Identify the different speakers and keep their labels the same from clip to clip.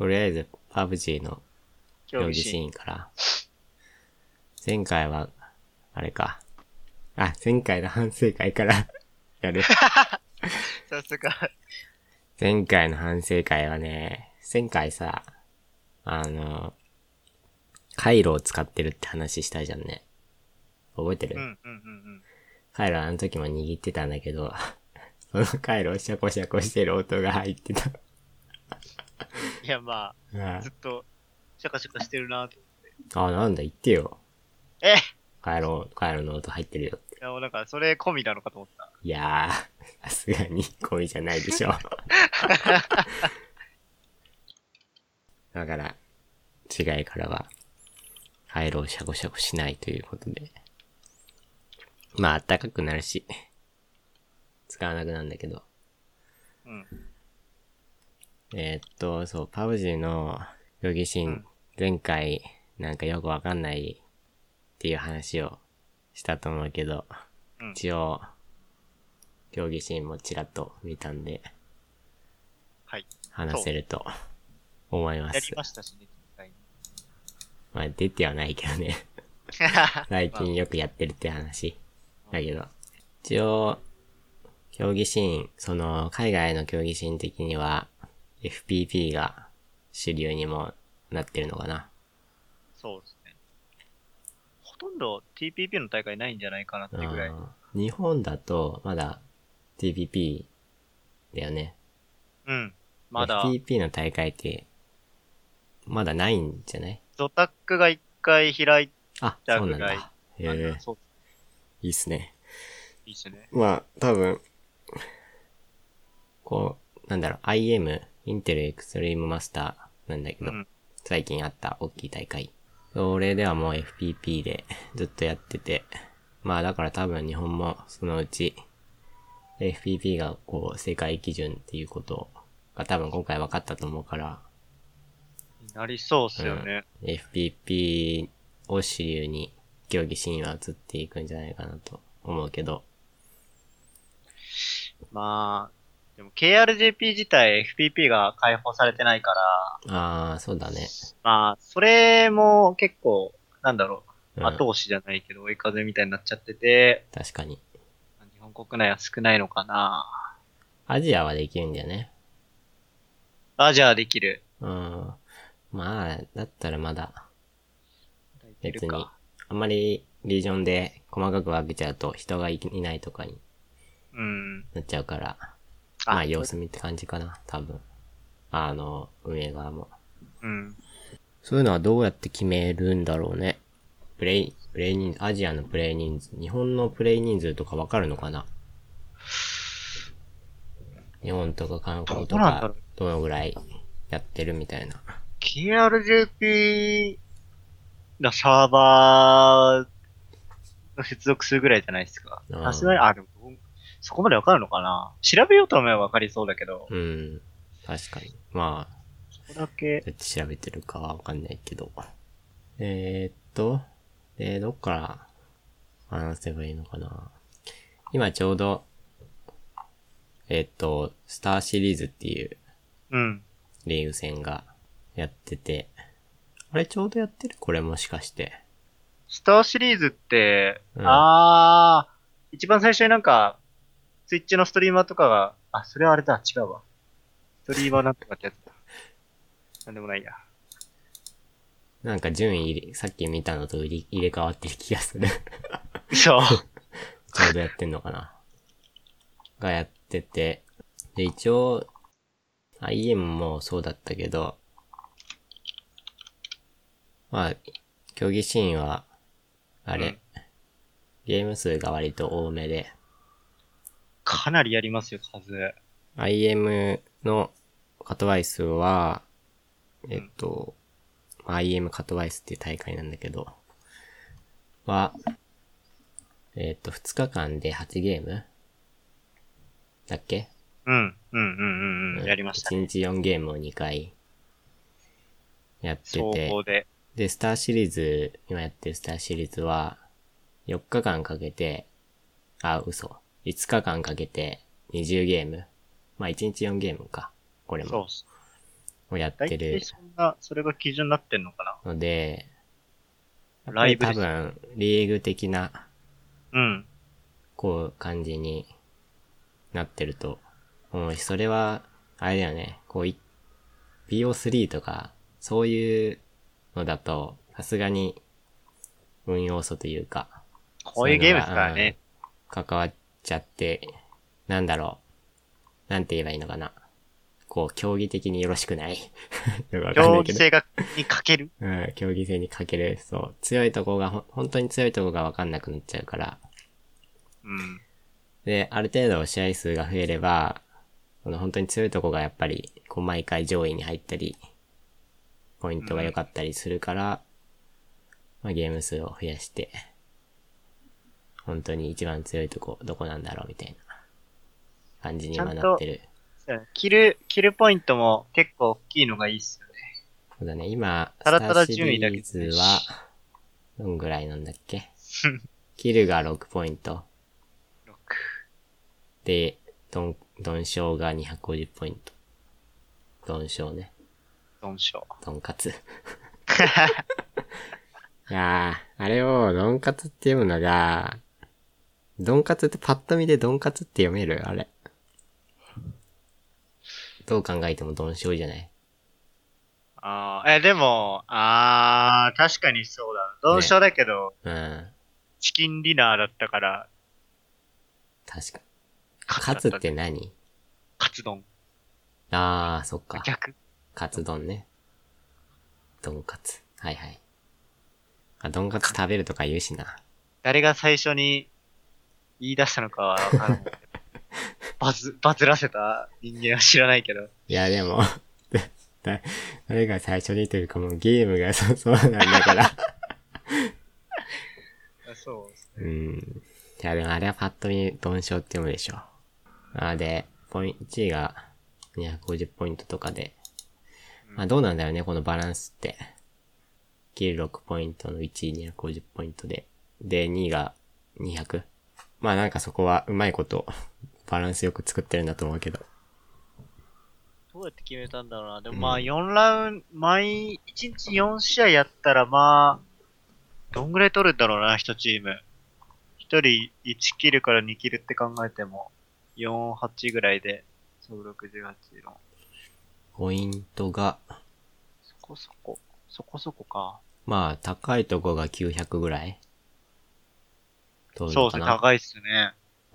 Speaker 1: とりあえず、パブ G の競技シーンから。前回は、あれか。前回の反省会からやる。
Speaker 2: さすが。
Speaker 1: 前回の反省会はね、前回さ、回路を使ってるって話したじゃんね。覚えてる？回路あの時も握ってたんだけど、その回路をシャコシャコしてる音が入ってた。
Speaker 2: いや、まあ、ずっと、シャカシャカしてるなと
Speaker 1: 思って。なんだ、言ってよ。
Speaker 2: え
Speaker 1: 回路の音入ってるよって。
Speaker 2: いや、もうなんか、それ込みなのかと思った。
Speaker 1: いやー、さすがに込みじゃないでしょ。だから、違いからは、回路をシャコシャコしないということで。まあ、暖かくなるし、使わなくなるんだけど。
Speaker 2: うん。
Speaker 1: そう、パブ G の競技シーン、前回、なんかよくわかんないっていう話をしたと思うけど、一応、競技シーンもちらっと見たんで、
Speaker 2: はい。
Speaker 1: 話せると思います。
Speaker 2: やりましたしね、実際に。
Speaker 1: まあ、出てはないけどね。最近よくやってるって話。だけど、一応、競技シーン、その、海外の競技シーン的には、FPP が主流にもなってるのかな。
Speaker 2: そうですね。ほとんど TPP の大会ないんじゃないかなってぐらい。
Speaker 1: 日本だと、まだ TPP だよね。
Speaker 2: うん。まだ。
Speaker 1: FPP の大会って、まだないんじゃない？
Speaker 2: ゾタックが一回開いた
Speaker 1: そうなん
Speaker 2: ぐらい。
Speaker 1: だ。へえ。いいっすね。
Speaker 2: いいっすね。
Speaker 1: まあ、多分、IM、インテルエクストリームマスターなんだけど、最近あった大きい大会。それではもう FPP でずっとやってて、まあだから多分日本もそのうち FPP が世界基準っていうことが多分今回分かったと思うから。
Speaker 2: なりそうっすよね。
Speaker 1: FPP を主流に競技シーンは移っていくんじゃないかなと思うけど。
Speaker 2: まあ、でも KRJP 自体 FPP が開放されてないか
Speaker 1: ら。そうだね。
Speaker 2: まあ、それも結構、後押しじゃないけど追い風みたいになっちゃってて。
Speaker 1: 確かに。
Speaker 2: 日本国内は少ないのかな。
Speaker 1: アジアはできるんだよね。
Speaker 2: アジアはできる。
Speaker 1: まあ、だったらまだ、別に、あんまりリージョンで細かく分けちゃうと人がいないとかに、なっちゃうから、まあ様子見って感じかな、多分。運営側も。そういうのはどうやって決めるんだろうね。プレイ人数、アジアのプレイ人数、日本のプレイ人数とかわかるのかな？日本とか韓国とか、どのぐらいやってるみたいな。
Speaker 2: KRJP のサーバーの接続するぐらいじゃないですか。さすがに、でも、そこまでわかるのかな？調べようと思えばわかりそうだけど。
Speaker 1: 確かに。まあ、
Speaker 2: そこだけ。
Speaker 1: 調べてるかはわかんないけど。どっから話せばいいのかな。今ちょうど、スターシリーズっていう、リーグ戦がやってて、あれちょうどやってる？これもしかして。
Speaker 2: スターシリーズって、一番最初にツイッチのストリーマーとかが、それはあれだ、違うわ。ストリーマーなんとかってやつだ。なんでもないや。
Speaker 1: なんか順位さっき見たのと入れ替わってる気がする。
Speaker 2: そう。
Speaker 1: ちょうどやってんのかな。がやってて、で、一応、IM もそうだったけど、まあ、競技シーンは、ゲーム数が割と多めで。
Speaker 2: かなりやりますよ、数。
Speaker 1: IM のカトワイスは、IM カトワイスっていう大会なんだけど、2日間で8ゲームだっけ？
Speaker 2: やりましたね。
Speaker 1: 1日4ゲームを2回やってて、で、スターシリーズ、今やってるスターシリーズは、4日間かけて、5日間かけて20ゲーム。まあ1日4ゲームか。これも。 をやってる。
Speaker 2: それが基準になってんのか
Speaker 1: なので、
Speaker 2: な。ライブ
Speaker 1: 多分、リーグ的な、
Speaker 2: うん。
Speaker 1: こう、感じになってると思うし、それは、あれだよね、こう、BO3 とか、そういうのだと、さすがに、運要素というか、
Speaker 2: こういうゲームですからね。
Speaker 1: 関わっちゃって、なんだろう。なんて言えばいいのかな。こう、競技的によろしくない。
Speaker 2: 競技性に欠ける
Speaker 1: うん、競技性に欠ける。そう。強いとこが、本当に強いとこがわかんなくなっちゃうから。
Speaker 2: うん。
Speaker 1: で、ある程度試合数が増えれば、本当に強いとこがやっぱり、こう、毎回上位に入ったり、ポイントが良かったりするから、まあ、ゲーム数を増やして、本当に一番強いとこ、どこなんだろうみたいな感じにはなってる。
Speaker 2: キルポイントも結構大きいのがいいっすよね。
Speaker 1: そうだね、今、
Speaker 2: ただただ
Speaker 1: スターシリーズは、どんぐらいなんだっけキルが6ポイント。
Speaker 2: 6。
Speaker 1: で、ドンショーが250ポイント。ドンショーね。
Speaker 2: ドンショー。
Speaker 1: ドンカツ。いやー、あれをドンカツって読むのが、ドンカツってパッと見でドンカツって読めるあれ。どう考えてもドンショーじゃない。
Speaker 2: でも、確かにそうだ。ドンショーだけど、
Speaker 1: ね、うん。
Speaker 2: チキンディナーだったから。
Speaker 1: 確か。カツって何？
Speaker 2: カツ丼。
Speaker 1: そっか。
Speaker 2: 逆。
Speaker 1: カツ丼ね。ドンカツ。はいはい。ドンカツ食べるとか言うしな。
Speaker 2: 誰が最初に言い出したのかはわからない。バズらせた人間は知らないけど。
Speaker 1: いやでも、誰が最初にというかもうゲームがそうなんだから。
Speaker 2: そうです
Speaker 1: ね。いやでもあれはパッと見、ドンショーって読むでしょ。で、1位が250ポイントとかで。まあどうなんだよね、このバランスって。キル6ポイントの1位250ポイントで。で、2位が200。まあなんかそこはうまいこと、バランスよく作ってるんだと思うけど。
Speaker 2: どうやって決めたんだろうな。でもまあ4ラウンド、1日4試合やったらまあ、どんぐらい取るんだろうな、1チーム。1人1キルから2キルって考えても、4、8ぐらいで、総6、18の。
Speaker 1: ポイントが、
Speaker 2: そこそこか。
Speaker 1: まあ、高いとこが900ぐらい取る
Speaker 2: のかな。そうですね、高いっすね。
Speaker 1: うん。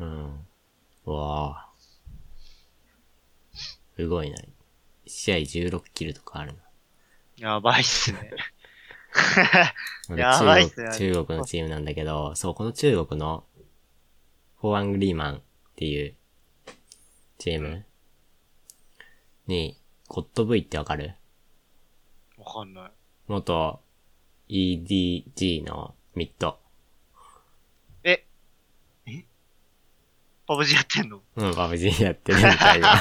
Speaker 1: うわぁ。すごいな。1試合16キルとかある
Speaker 2: な。やばいっすね。
Speaker 1: やばいっすね。中国のチームなんだけど、そう、この中国の、フォーアングリーマンっていう、チームに、ゴッド V ってわかる？
Speaker 2: わかんない。
Speaker 1: 元 EDG のミッド。
Speaker 2: パブジやってんの？
Speaker 1: うん、パブジやってるみたいな。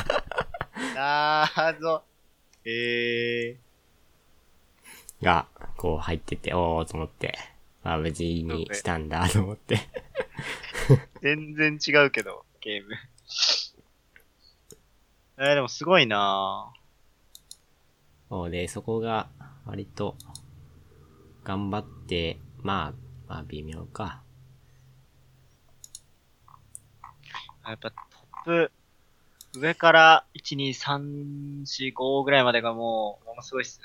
Speaker 1: が、こう入ってて、おーと思って、パブジにしたんだと思って。
Speaker 2: 全然違うけど、ゲーム。でもすごいなぁ。
Speaker 1: そうで、そこが、割と、頑張って、まあ微妙か。
Speaker 2: やっぱトップ、上から1、2、3、4、5ぐらいまでがものすごいっす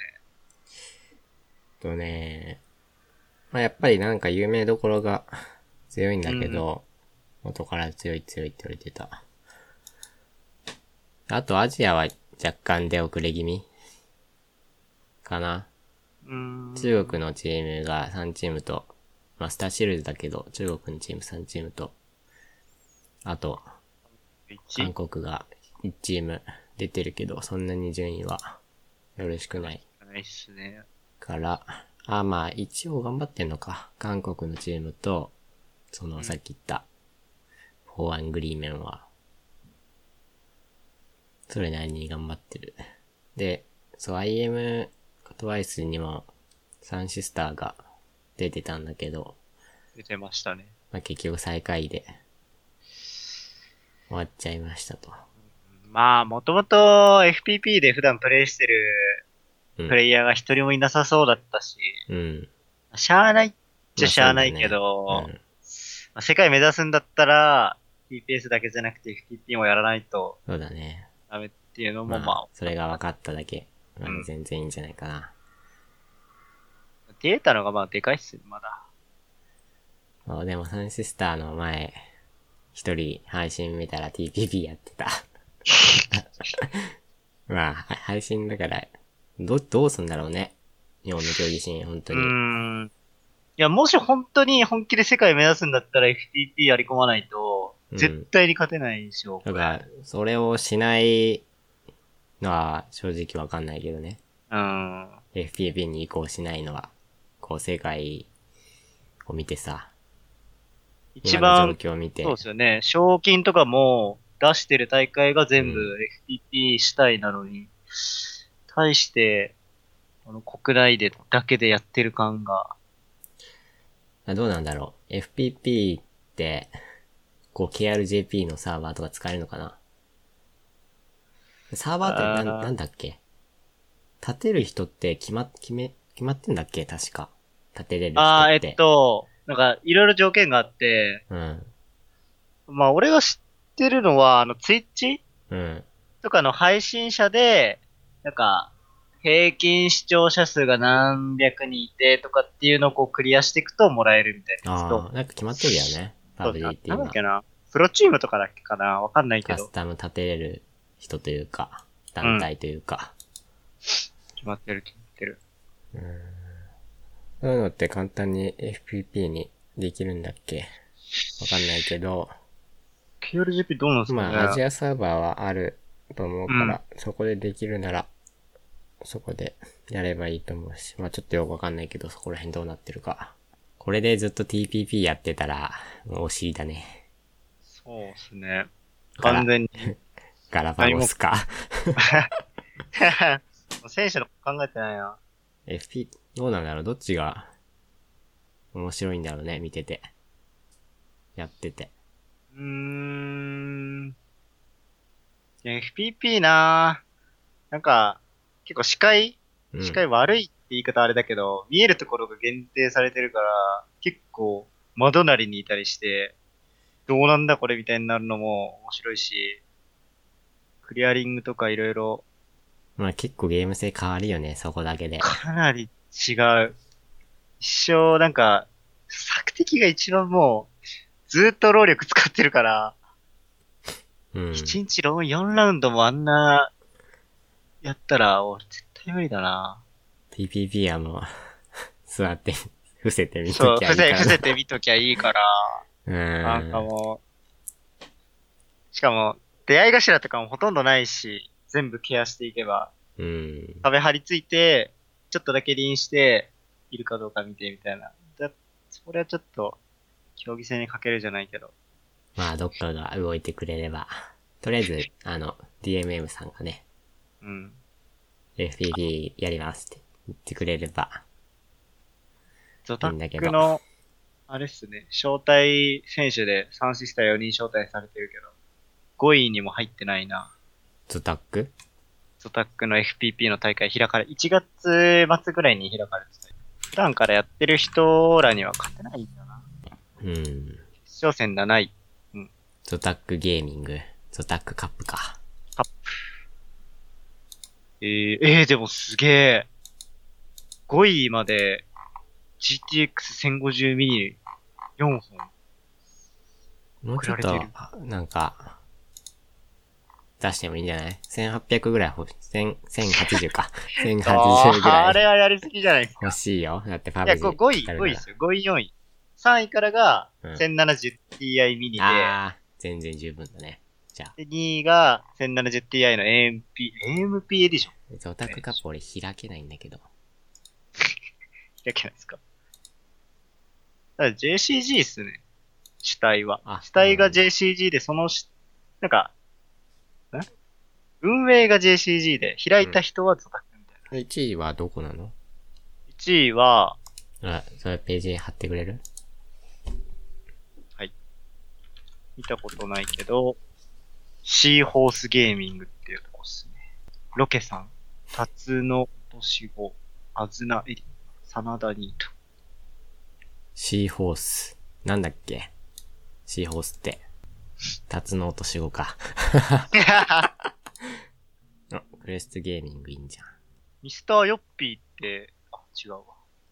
Speaker 1: ね。まあやっぱりなんか有名どころが強いんだけど、元から強いって言われてた。あとアジアは若干出遅れ気味かな。中国のチームが3チームと、まあスターシールズだけど、中国のチーム3チームと、あと、韓国が1チーム出てるけど、そんなに順位はよろしくない。
Speaker 2: ないっすね。
Speaker 1: から、まあ一応頑張ってんのか。韓国のチームと、そのさっき言った、フォーアングリーメンは、それなりに頑張ってる。で、そう IM トワイスにも、サンシスターが出てたんだけど、
Speaker 2: 出てましたね。
Speaker 1: まあ結局最下位で、終わっちゃいましたと。
Speaker 2: まあ、もともと FPP で普段プレイしてるプレイヤーが一人もいなさそうだったし、
Speaker 1: うん。
Speaker 2: しゃあないっちゃしゃあないけど、世界目指すんだったら、TPS だけじゃなくて FTP もやらないと、
Speaker 1: そうだね。
Speaker 2: ダメっていうのもまあ、
Speaker 1: それが分かっただけ、全然いいんじゃないかな。
Speaker 2: データのがまあでかいっすよ、まだ。
Speaker 1: でもサンシスターの前、一人配信見たら TPP やってた。まあ、配信だから、どうすんだろうね。日本の競技シーン、本当に。
Speaker 2: いや、もし本当に本気で世界目指すんだったら FTP やり込まないと、絶対に勝てないでしょ。
Speaker 1: だから、それをしないのは正直わかんないけどね。FTP に移行しないのは、こう世界を見てさ、
Speaker 2: 一番、
Speaker 1: 今の状況を見て。
Speaker 2: そうですよね。賞金とかも出してる大会が全部 FTP 主体なのに、対して、国内でだけでやってる感が。
Speaker 1: どうなんだろう。FPP って、こう KRJP のサーバーとか使えるのかな。サーバーってなんだっけ。立てる人って決まってんだっけ確か。立てれる人って。
Speaker 2: なんか、いろいろ条件があって、まあ、俺が知ってるのは、ツイッチとかの配信者で、なんか、平均視聴者数が何百人いてとかっていうのをこうクリアしていくともらえるみたいなやつと。
Speaker 1: なんか決まってるよね。パブ G っていうのは。
Speaker 2: なんだっけな。プロチームとかだっけかなわかんないけど。
Speaker 1: カスタム立てれる人というか、団体というか。
Speaker 2: 決まってる。
Speaker 1: そういうのって簡単に FPP にできるんだっけわかんないけど。
Speaker 2: KRGP どうなんですかね。
Speaker 1: まあ、アジアサーバーはあると思うから、そこでできるなら、そこでやればいいと思うし。まあちょっとよくわかんないけど、そこら辺どうなってるか。これでずっと TPP やってたら、もうお尻だね。
Speaker 2: そうですね。完全に。
Speaker 1: ガラパゴスか。
Speaker 2: 選手の考えてないな。
Speaker 1: FP、どうなんだろうどっちが面白いんだろうね見てて。やってて。
Speaker 2: FPP なんか、結構視界悪いって言い方あれだけど、見えるところが限定されてるから、結構窓なりにいたりして、どうなんだこれみたいになるのも面白いし、クリアリングとかいろいろ。
Speaker 1: まあ結構ゲーム性変わるよね、そこだけで。
Speaker 2: かなり違う。一生なんか、索敵が一番もう、ずっと労力使ってるから、1日4ラウンドもあんな、やったら、俺絶対無理だな。
Speaker 1: TPP はもう、座って、伏せてみときゃいいから。
Speaker 2: 伏せてみときゃいいから、なんかもう、しかも、出会い頭とかもほとんどないし、全部ケアしていけば、壁張り付いて、ちょっとだけリンして、いるかどうか見てみたいな。それはちょっと、競技性に欠けるじゃないけど。
Speaker 1: まあ、どっかが動いてくれれば。とりあえず、DMM さんがね、FPP やりますって言ってくれれば。
Speaker 2: ゾタックの、あれっすね、招待選手で3シスター4人招待されてるけど、5位にも入ってないな。
Speaker 1: ゾタック
Speaker 2: の FPP の大会1月末ぐらいに開かれてた。普段からやってる人らには勝てないんだな。決勝戦7位。
Speaker 1: ゾタックゲーミング。ゾタックカップか。
Speaker 2: カップ。でもすげえ。5位まで GTX1050 ミニ4本。
Speaker 1: もうちょっと、なんか、出してもいいんじゃない ?1800 ぐらい1080か。1080ぐらい。
Speaker 2: あれはやりすぎじゃないですか。
Speaker 1: 欲しいよ。だってパブ G。
Speaker 2: いや、5位ですよ。5位、4位。3位からが 1070Ti ミニで。
Speaker 1: 全然十分だね。じゃあ。
Speaker 2: で、2位が 1070Ti の AMP エディション。
Speaker 1: ゾタクカップ俺開けないんだけど。
Speaker 2: 開けないですか？だから JCG っすね。主体は。主体が JCG で、なんか、運営が JCG で、開いた人はゾタクみたいな。
Speaker 1: 1位はどこなの？
Speaker 2: 1位は、
Speaker 1: それページ貼ってくれる？
Speaker 2: はい。見たことないけど、シーホースゲーミングっていうとこっすね。ロケさん、タツノとしご、あずなえり、真田ニート。
Speaker 1: シーホース。なんだっけシーホースって。タツノオトシゴか。あ、クレストゲーミングいいんじゃん。
Speaker 2: ミスターヨッピーって、あ、違うわ。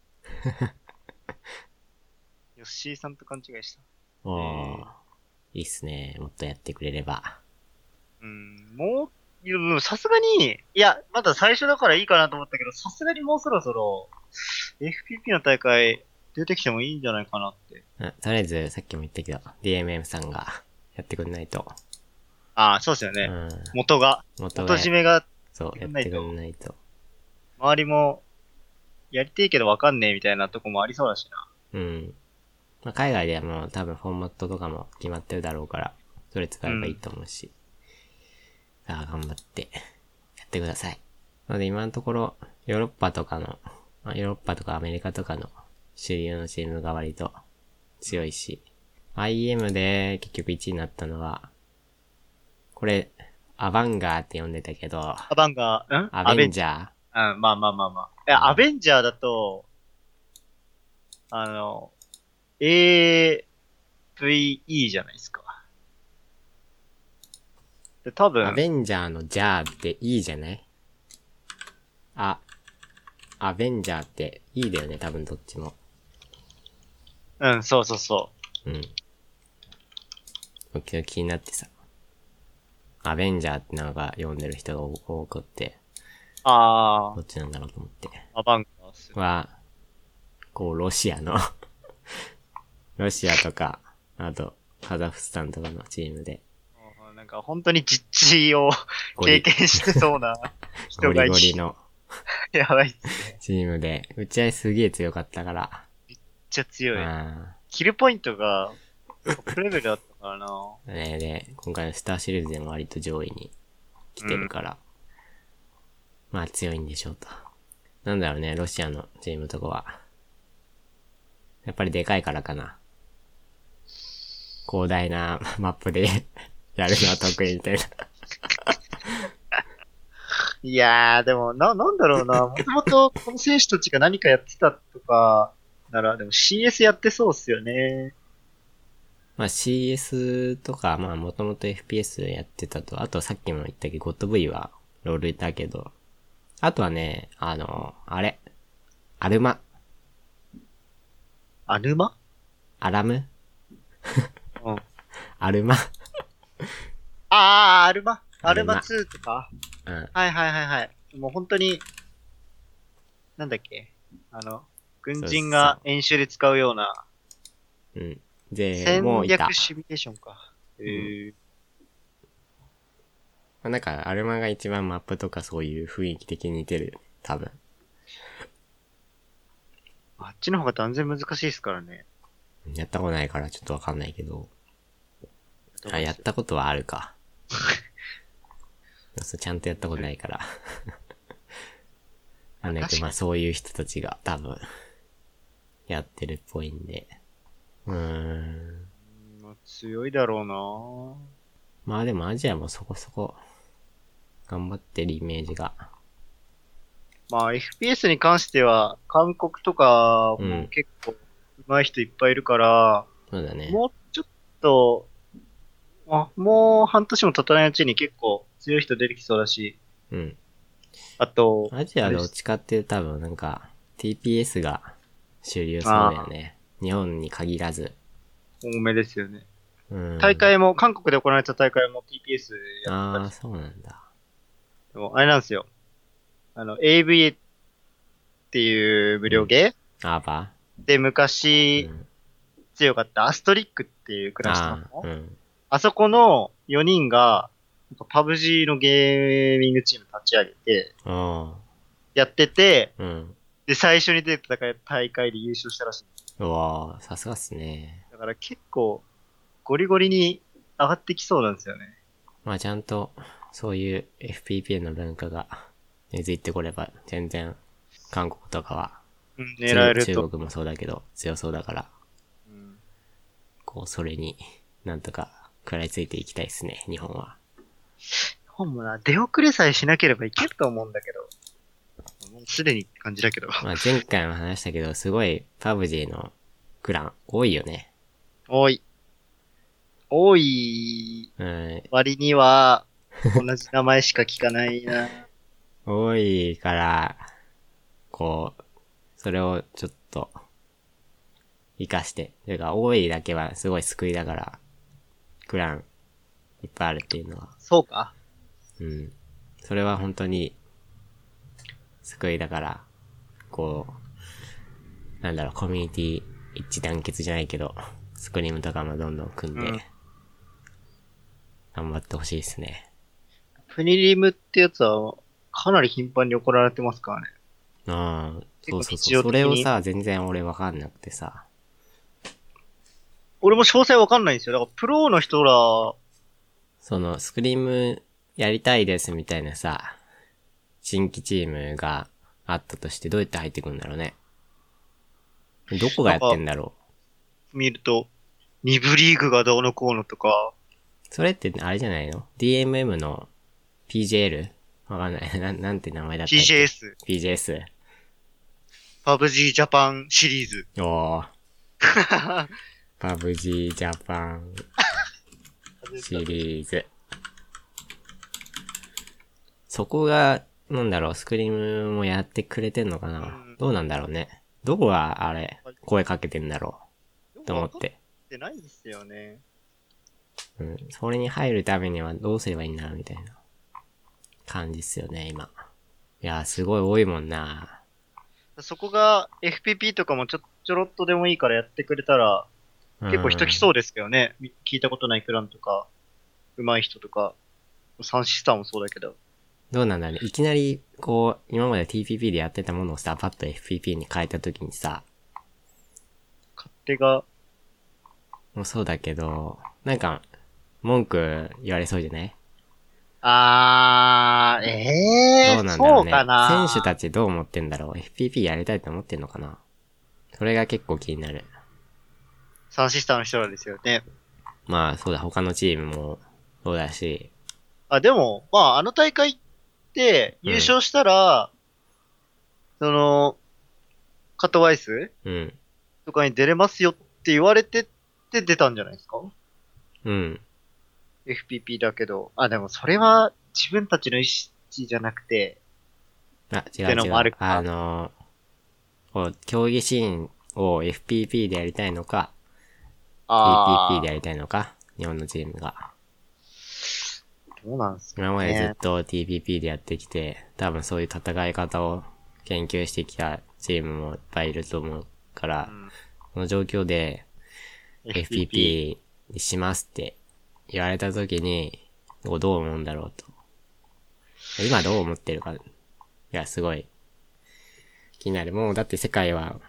Speaker 2: ヨッシーさんと勘違いした。
Speaker 1: おー、いいっすね。もっとやってくれれば。
Speaker 2: もう、さすがに、いや、まだ最初だからいいかなと思ったけど、さすがにもうそろそろ、FPP の大会出てきてもいいんじゃないかなって。
Speaker 1: とりあえず、さっきも言ったけど、DMM さんがやってくんないと。
Speaker 2: ああ、そうですよね。元締めが、
Speaker 1: そう、やってくんないと。
Speaker 2: 周りも、やりてえけどわかんねえみたいなとこもありそうだしな。
Speaker 1: まあ、海外ではもう多分フォーマットとかも決まってるだろうから、それ使えばいいと思うし。さあ、頑張って、やってください。なので今のところ、ヨーロッパとかアメリカとかの主流のチームが割と強いし、IEM で結局1位になったのは、これ、アバンガーって呼んでたけど、
Speaker 2: アベンジャーまあ。アベンジャーだと、AVE じゃないですか。で、多分。
Speaker 1: アベンジャーのジャーっていいじゃない？アベンジャーっていいだよね、多分どっちも。
Speaker 2: そうそうそ
Speaker 1: う。気になってさ。アベンジャーってなんか読んでる人が多くって。どっちなんだろうと思って。
Speaker 2: アバンガース。
Speaker 1: こう、ロシアとか、あと、カザフスタンとかのチームで。
Speaker 2: なんか本当に実地を経験してそうな人がいる。
Speaker 1: ゴリゴリの。
Speaker 2: やばいっすね。
Speaker 1: チームで、打ち合いすげえ強かったから。
Speaker 2: めっちゃ強い。キルポイントが、トップレベルだったからな。
Speaker 1: で、今回のスターシリーズでも割と上位に来てるから。まあ強いんでしょうと。なんだろうね、ロシアのチームとかは。やっぱりでかいからかな。広大なマップでやるのは得意みたいな。
Speaker 2: いやー、でも、なんだろうな。もともとこの選手たちが何かやってたとか、なら、でも CS やってそうっすよね。
Speaker 1: まあ CS とか、まあもともと FPS やってたと、あとさっきも言ったけど、GOTV はロールだけど、あとはね、あれ、アルマ。
Speaker 2: アルマ？
Speaker 1: アラム
Speaker 2: うん。
Speaker 1: アルマ
Speaker 2: アルマ2とか。
Speaker 1: うん。
Speaker 2: はい。もう本当に、なんだっけ。軍人が演習で使うような。
Speaker 1: うん。
Speaker 2: 戦略シミュレーションか。
Speaker 1: なんか、アルマが一番マップとかそういう雰囲気的に似てるよね。多分。
Speaker 2: あっちの方が断然難しいですからね。
Speaker 1: やったことないからちょっとわかんないけど。やったことはあるか。ちゃんとやったことないから。まあそういう人たちが多分、やってるっぽいんで。
Speaker 2: 強いだろうな。
Speaker 1: まあでもアジアもそこそこ、頑張ってるイメージが。
Speaker 2: まあ FPS に関しては、韓国とかも結構上手い人いっぱいいるから、
Speaker 1: そうだね。
Speaker 2: もうちょっと、もう半年も経たないうちに結構強い人出てきそうだし。あと、
Speaker 1: アジアどっちかっていうと多分なんか、TPS が主流そうだよね。日本に限らず。
Speaker 2: 多めですよね。大会も、韓国で行われた大会も TPS やったり。
Speaker 1: そうなんだ。
Speaker 2: でも、あれなんですよ。AVA っていう無料ゲー、
Speaker 1: アーバ
Speaker 2: ーで昔、強かったアストリックっていうクラスの、あそこの4人が、パブ G のゲーミングチーム立ち上げて、やってて、で、最初に出た大会で優勝したらしい。
Speaker 1: うわー、さすがっすね。
Speaker 2: だから結構、ゴリゴリに上がってきそうなんですよね。
Speaker 1: まあちゃんと、そういう FPP の文化が根付いてこれば、全然、韓国とかは、
Speaker 2: 狙えると。
Speaker 1: 中国もそうだけど、強そうだから、こう、それになんとか食らいついていきたいですね、日本は。
Speaker 2: 日本もな、出遅れさえしなければいけると思うんだけど。 もうすでにって感じだけど。
Speaker 1: まあ前回も話したけど、すごいパブ G のクラン多いよね。
Speaker 2: 多い。多い
Speaker 1: うん。
Speaker 2: 割には、同じ名前しか聞かないな。
Speaker 1: 多いから、こう、それをちょっと、活かして。というか、多いだけはすごい救いだから、クラン、いっぱいあるっていうのは。
Speaker 2: そうか。
Speaker 1: うん。それは本当に、救いだから、こう、なんだろう、コミュニティ一致団結じゃないけど、スクリームとかもどんどん組んで、
Speaker 2: うん。
Speaker 1: 頑張ってほしいですね。
Speaker 2: プニリムってやつは、かなり頻繁に行われてますからね。
Speaker 1: ああ、そうそうそう。
Speaker 2: 結構日常的に。
Speaker 1: それをさ、全然俺わかんなくてさ。
Speaker 2: 俺も詳細わかんないんですよ。だから、プロの人ら、
Speaker 1: その、スクリームやりたいですみたいなさ、新規チームがあったとしてどうやって入ってくるんだろうね。どこがやってんだろ
Speaker 2: 見ると、2部リーグがどうのこうのとか、
Speaker 1: う。それってあれじゃないの？ DMM の PJL？ わかんない。なんて名前だったっけ？
Speaker 2: TJS、
Speaker 1: PJS。
Speaker 2: パブ G ジャパンシリーズ。
Speaker 1: おー。パブ G ジャパンシリーズ。そこが、なんだろう、スクリームもやってくれてんのかな？どうなんだろうね。どこがあれ、声かけてんだろうと思って。
Speaker 2: ってないですよね。
Speaker 1: うん。それに入るためにはどうすればいいんだろうみたいな感じっすよね、今。いやー、すごい多いもんな。
Speaker 2: そこが FPP とかもちょろっとでもいいからやってくれたら、結構人来そうですけどね。聞いたことないクランとか、上手い人とか、サンシスターもそうだけど。
Speaker 1: どうなんだろうね。いきなり、こう、今まで TPP でやってたものをさ、パッと FPP に変えた時にさ、
Speaker 2: 勝手が、
Speaker 1: もうそうだけど、なんか、文句言われそうじゃない？どうなんだろうね。
Speaker 2: そうかな。
Speaker 1: 選手たちどう思ってんだろう？ FPP やりたいと思ってんのかな？それが結構気になる。
Speaker 2: サンシスターの人らですよね。
Speaker 1: まあ、そうだ、他のチームも、そうだし、
Speaker 2: あ、でも、まあ、あの大会って優勝したら、その、カットワイス
Speaker 1: うん、
Speaker 2: とかに出れますよって言われてって出たんじゃないですか？
Speaker 1: うん。
Speaker 2: FPP だけど。あ、でもそれは自分たちの意思じゃなくて、
Speaker 1: あ、違
Speaker 2: っての
Speaker 1: う違う。
Speaker 2: もあるか。
Speaker 1: こう、競技シーンを FPP でやりたいのか、TPP
Speaker 2: あ
Speaker 1: でやりたいのか、日本のチームが。
Speaker 2: どうなんすか
Speaker 1: 今までずっ
Speaker 2: ね。
Speaker 1: と TPP でやってきて、多分そういう戦い方を研究してきたチームもいっぱいいると思うから、この状況で FPP にしますって言われた時に、どう思うんだろうと。今どう思ってるか、いや、すごい気になる。もうだって世界は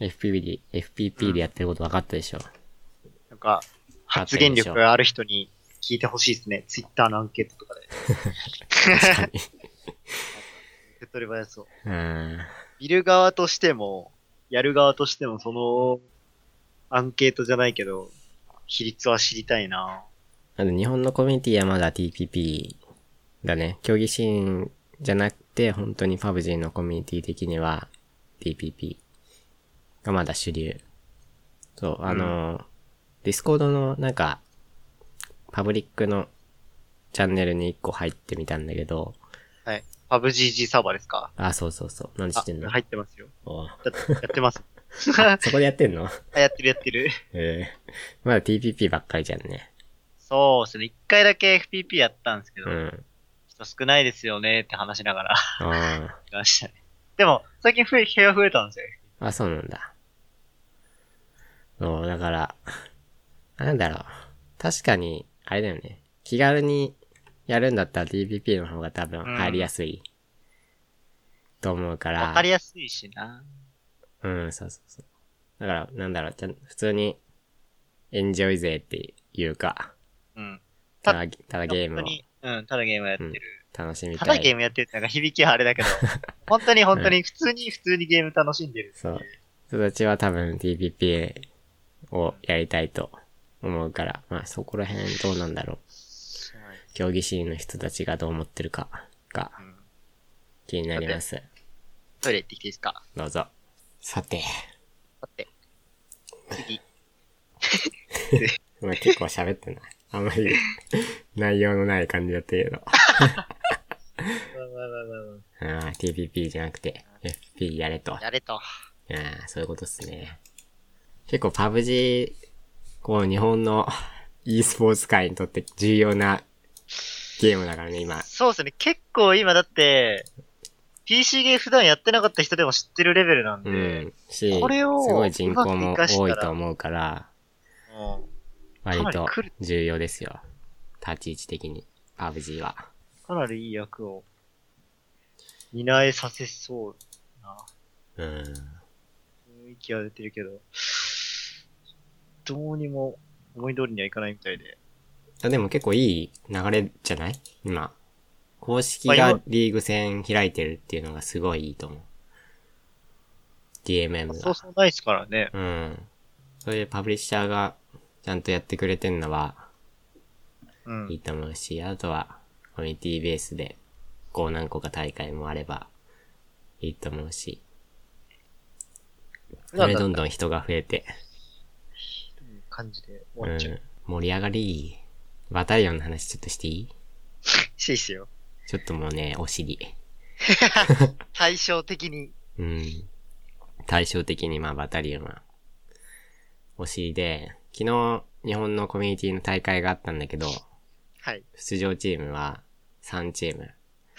Speaker 1: FPP でやってること分かったでしょ。
Speaker 2: なんか、発言力がある人に聞いてほしいですね。ツイッターのアンケートとかで。
Speaker 1: 確かに。
Speaker 2: 手っ取り早そう。
Speaker 1: うん
Speaker 2: 見る側としても、やる側としても、その、アンケートじゃないけど、比率は知りたいな。
Speaker 1: 日本のコミュニティはまだ TPP だね。競技シーンじゃなくて、本当にパブ G のコミュニティ的には TPP がまだ主流。そう、ディスコードのなんか、パブリックのチャンネルに1個入ってみたんだけど、
Speaker 2: はい。パブ GG サーバーですか？
Speaker 1: あ、そうそうそう。何してんの？
Speaker 2: 入ってますよ。
Speaker 1: お
Speaker 2: やってます。
Speaker 1: そこでやってんの？
Speaker 2: やってる。
Speaker 1: まだ TPP ばっかりじゃんね。
Speaker 2: そうですね。一回だけ FPP やったんですけど、
Speaker 1: うん。
Speaker 2: 人少ないですよねって話しながら
Speaker 1: あ
Speaker 2: いましたね。でも、最近部屋増えたんですよ。
Speaker 1: あ。あ、そうなんだ。そう、だから、なんだろう。確かに、あれだよね。気軽にやるんだったら TPP の方が多分入りやすいと思うから。
Speaker 2: わかりやすいしな。
Speaker 1: うん、そうそうそう。だから、なんだろう、普通にエンジョイ勢っていうか、
Speaker 2: うん。
Speaker 1: ただゲームを、
Speaker 2: ただゲームやってる。
Speaker 1: 楽しみたい。
Speaker 2: ただゲームやってるってなんか響きはあれだけど、本当に普通にゲーム楽しんでる。
Speaker 1: そう。人たちは多分 TPP をやりたいと思うから、まあそこら辺どうなんだろう。競技シーンの人たちがどう思ってるかが気になります。
Speaker 2: トイレ行ってきていいですか？
Speaker 1: どうぞ。さて。
Speaker 2: 次。
Speaker 1: まあ結構喋ってない。あんまり内容のない感じだったけど。TPP じゃなくて FP やれと。
Speaker 2: やれと。
Speaker 1: そういうことっすね。結構パブ G、こう日本の e スポーツ界にとって重要なゲームだからね、今。
Speaker 2: そうですね。結構今だって、PC ゲー普段やってなかった人でも知ってるレベルなんで、これを
Speaker 1: すごい人口も多いと思うから、割と重要ですよ。立ち位置的に、パブ G は。
Speaker 2: かなりいい役を担えさせそうな。雰囲気は出てるけど、どうにも思い通りにはいかないみたいで。
Speaker 1: でも結構いい流れじゃない？今。公式がリーグ戦開いてるっていうのがすごいいいと思う。DMM が。
Speaker 2: そうないですからね。
Speaker 1: そういうパブリッシャーがちゃんとやってくれてんのは、いいと思うし、あとはコミュニティベースで、こう何個か大会もあれば、いいと思うし。それどんどん人が増えて。
Speaker 2: 感じで終わっちゃう。
Speaker 1: 盛り上がり。バタリオンの話ちょっとしていい？
Speaker 2: していいっすよ。
Speaker 1: ちょっともうね、お尻。
Speaker 2: 対照的に。
Speaker 1: 対照的にバタリオンは。お尻で、昨日日本のコミュニティの大会があったんだけど、
Speaker 2: はい。
Speaker 1: 出場チームは3チーム。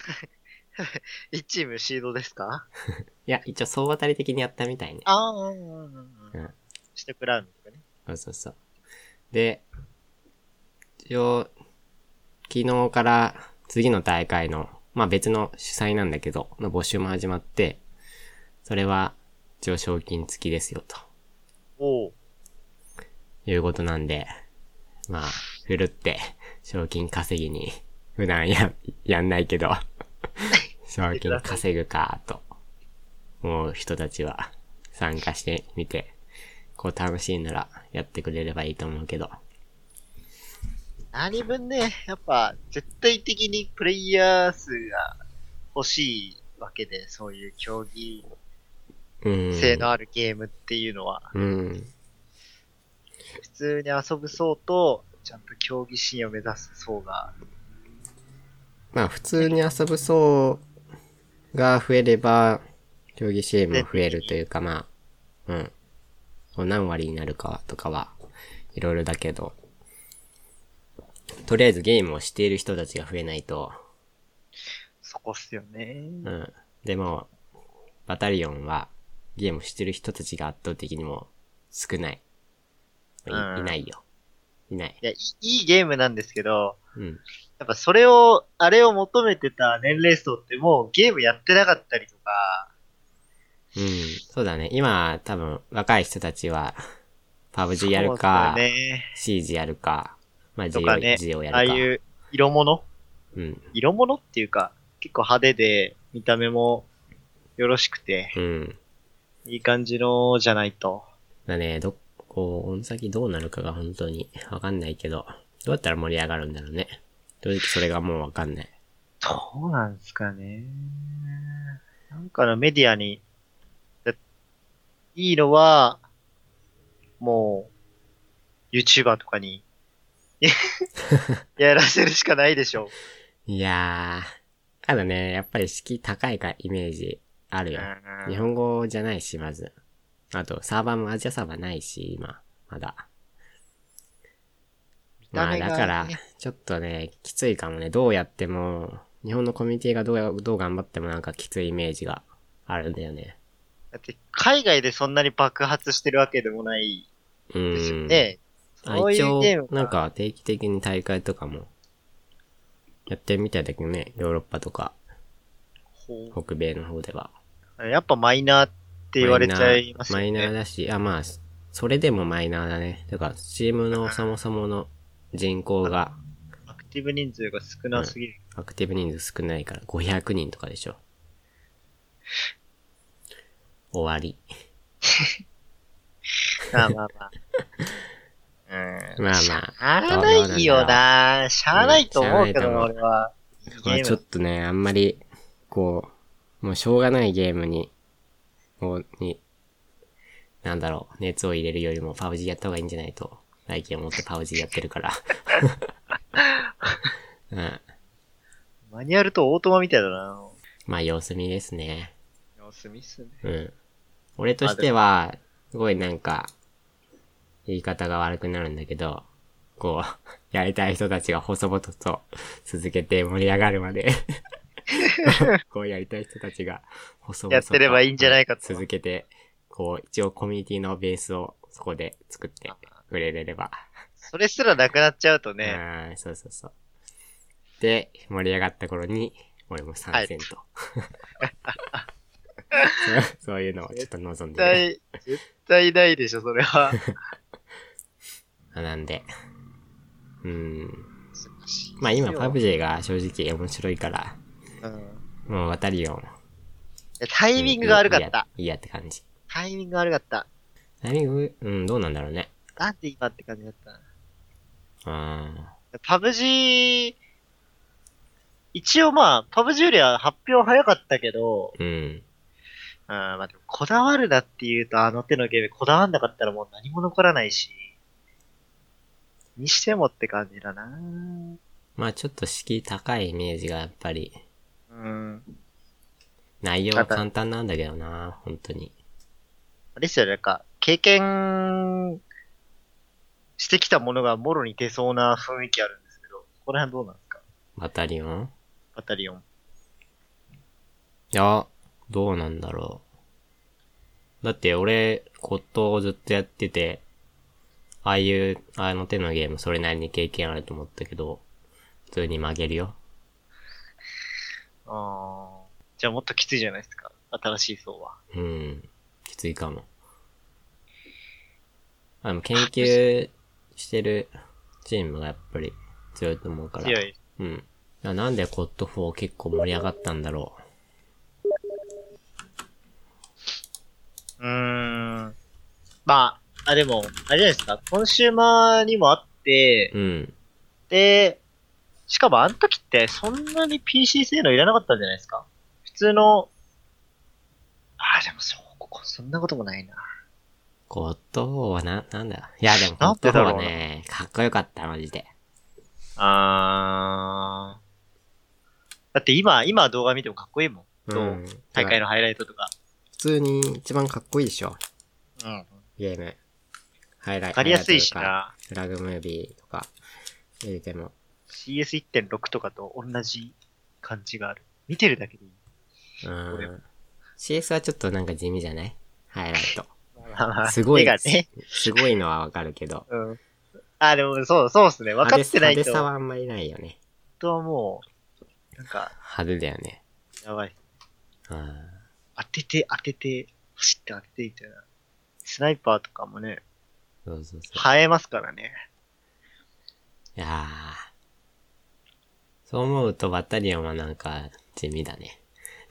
Speaker 2: 1チームシードですか？
Speaker 1: いや、一応総当たり的にやったみたいね。
Speaker 2: してくらうのとかね。
Speaker 1: そう。で、一応、昨日から次の大会の、別の主催なんだけど、の募集も始まって、それは、一応賞金付きですよ、と。いうことなんで、ふるって、賞金稼ぎに、普段やんないけど、賞金稼ぐか、と、思う人たちは、参加してみて、こう楽しいなら、やってくれればいいと思うけど。
Speaker 2: 何分ね、やっぱ、絶対的にプレイヤー数が欲しいわけで、そういう競技性のあるゲームっていうのは。普通に遊ぶ層と、ちゃんと競技シーンを目指す層が。
Speaker 1: 普通に遊ぶ層が増えれば、競技シーンも増えるというか、何割になるかとかは、いろいろだけど、とりあえずゲームをしている人たちが増えないと。
Speaker 2: そこっすよね。
Speaker 1: でも、バタリオンは、ゲームしてる人たちが圧倒的にも少ない。いないよ。いない。
Speaker 2: いや、いいゲームなんですけど、やっぱそれを、あれを求めてた年齢層ってもうゲームやってなかったりとか。
Speaker 1: そうだね。今、多分、若い人たちは、パブ G やるか、シージやるか、ジオやるか。
Speaker 2: ああいう色物色物っていうか、結構派手で、見た目もよろしくて、いい感じのじゃないと。
Speaker 1: だね、この先どうなるかが本当にわかんないけど、どうやったら盛り上がるんだろうね。正直それがもうわかんない。
Speaker 2: どうなんすかね。なんかのメディアに、いいのは、もう、YouTuber とかに、やらせるしかないでしょ
Speaker 1: う。いやー、ただね、やっぱり敷居高いかイメージあるよ。日本語じゃないし、まず。あと、サーバーもアジアサーバーないし、今、まだ。だから、ちょっとね、きついかもね。どうやっても、日本のコミュニティがどう頑張ってもなんかきついイメージがあるんだよね。
Speaker 2: だって、海外でそんなに爆発してるわけでもないですよね。
Speaker 1: 一応、なんか定期的に大会とかも、やってるみたいだけどね、ヨーロッパとか、北米の方では。
Speaker 2: やっぱマイナーって言われちゃいますよね。
Speaker 1: マイナーだし、それでもマイナーだね。だから、チームのそもそもの人口が、
Speaker 2: アクティブ人数が少なすぎる。
Speaker 1: アクティブ人数少ないから、500人とかでしょ。終わり。
Speaker 2: まあ。しゃあないよな。しゃあないと思うけど、俺は。
Speaker 1: ちょっとね、あんまり、もうしょうがないゲームになんだろう、熱を入れるよりもパブ G やった方がいいんじゃないと、最近思ってパブ G やってるから。うん。
Speaker 2: マニュアルとオートマみたいだな。
Speaker 1: まあ様子見ですね。
Speaker 2: 様子見っすね。
Speaker 1: うん。俺としては、すごいなんか、言い方が悪くなるんだけど、こう、やりたい人たちが細々と続けて盛り上がるまでこうやりたい人たちが細々と
Speaker 2: やってればいいんじゃないかと。
Speaker 1: 続けて、こう、一応コミュニティのベースをそこで作ってくれれば。
Speaker 2: それすらなくなっちゃうとね。
Speaker 1: そうそうそう。で、盛り上がった頃に、俺も参戦と。そういうのをちょっと望んでる。
Speaker 2: 絶対ないでしょ、それは。
Speaker 1: なんで。まあ今パブ J が正直面白いから、もう渡りよ。
Speaker 2: タイミングが悪かった。
Speaker 1: いいやって感じ。
Speaker 2: タイミングが悪かった。
Speaker 1: タイミング、どうなんだろうね。
Speaker 2: なんで今って感じだった。
Speaker 1: パ
Speaker 2: ブ G、一応まあ、パブ G よりは発表早かったけど、まあでもこだわるなって言うとあの手のゲームこだわんなかったらもう何も残らないし、にしてもって感じだな。
Speaker 1: まあちょっと敷居高いイメージがやっぱり。内容は簡単なんだけどな、本当に。
Speaker 2: あれですよね、なんか、経験してきたものがもろに出そうな雰囲気あるんですけど、この辺どうなんですか？
Speaker 1: バタリオン。いや、どうなんだろう。だって俺、コットをずっとやってて、あの手のゲームそれなりに経験あると思ったけど、普通に曲げるよ。
Speaker 2: じゃあもっときついじゃないですか。新しい層は。
Speaker 1: きついかも。でも研究してるチームがやっぱり強いと思うから。
Speaker 2: 強い。
Speaker 1: なんでコット4結構盛り上がったんだろ
Speaker 2: う。まあ、でも、あれじゃないですか。コンシューマーにもあって、で、しかもあの時ってそんなに PC 性能いらなかったんじゃないですか。普通の、でもそんなこともないな。
Speaker 1: コット4はなんだ。いやでもコット4はね、かっこよかった、マジで。
Speaker 2: だって今動画見てもかっこいいもん。大会のハイライトとか。
Speaker 1: 普通に一番かっこいいでしょ。ゲーム。ハイライトとか。わか
Speaker 2: りやすいしな。
Speaker 1: フラグムービーとか入れても。
Speaker 2: CS1.6 とかと同じ感じがある。見てるだけでいい。
Speaker 1: CS はちょっとなんか地味じゃない？ハイライト。すごい、すごいのはわかるけど。
Speaker 2: でもそうっすね。分かってないと。
Speaker 1: 派手さはあんまりないよね。
Speaker 2: 本当はもう、なんか。
Speaker 1: 派手だよね。
Speaker 2: やばい。当てて、走って当ててみたいな。スナイパーとかもね。
Speaker 1: そう。
Speaker 2: 映えますからね。
Speaker 1: いやそう思うとバッタリオンはなんか地味だね。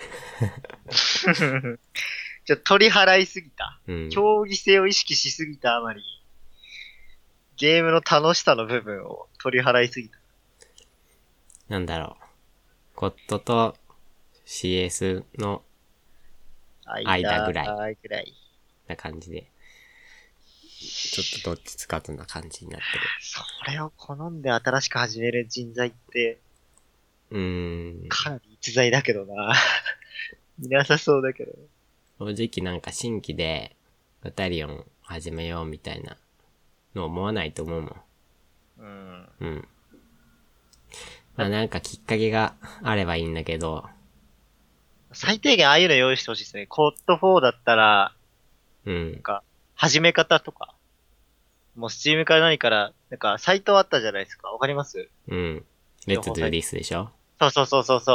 Speaker 2: 取り払いすぎた。競技性を意識しすぎたあまり、ゲームの楽しさの部分を取り払いすぎた。
Speaker 1: なんだろう。コットと CS の間ぐらいな感じで。ちょっとどっちつかずな感じになってる。
Speaker 2: それを好んで新しく始める人材って、かなり逸材だけどな。いなさそうだけど。
Speaker 1: 正直なんか新規でバタリオン始めようみたいなの思わないと思うもん。まあなんかきっかけがあればいいんだけど。
Speaker 2: 最低限ああいうの用意してほしいですね。コット4だったら、なんか、始め方とか。もうスチームから何から、なんかサイトあったじゃないですか。わかります？
Speaker 1: レッツドゥリスでしょ？
Speaker 2: そう。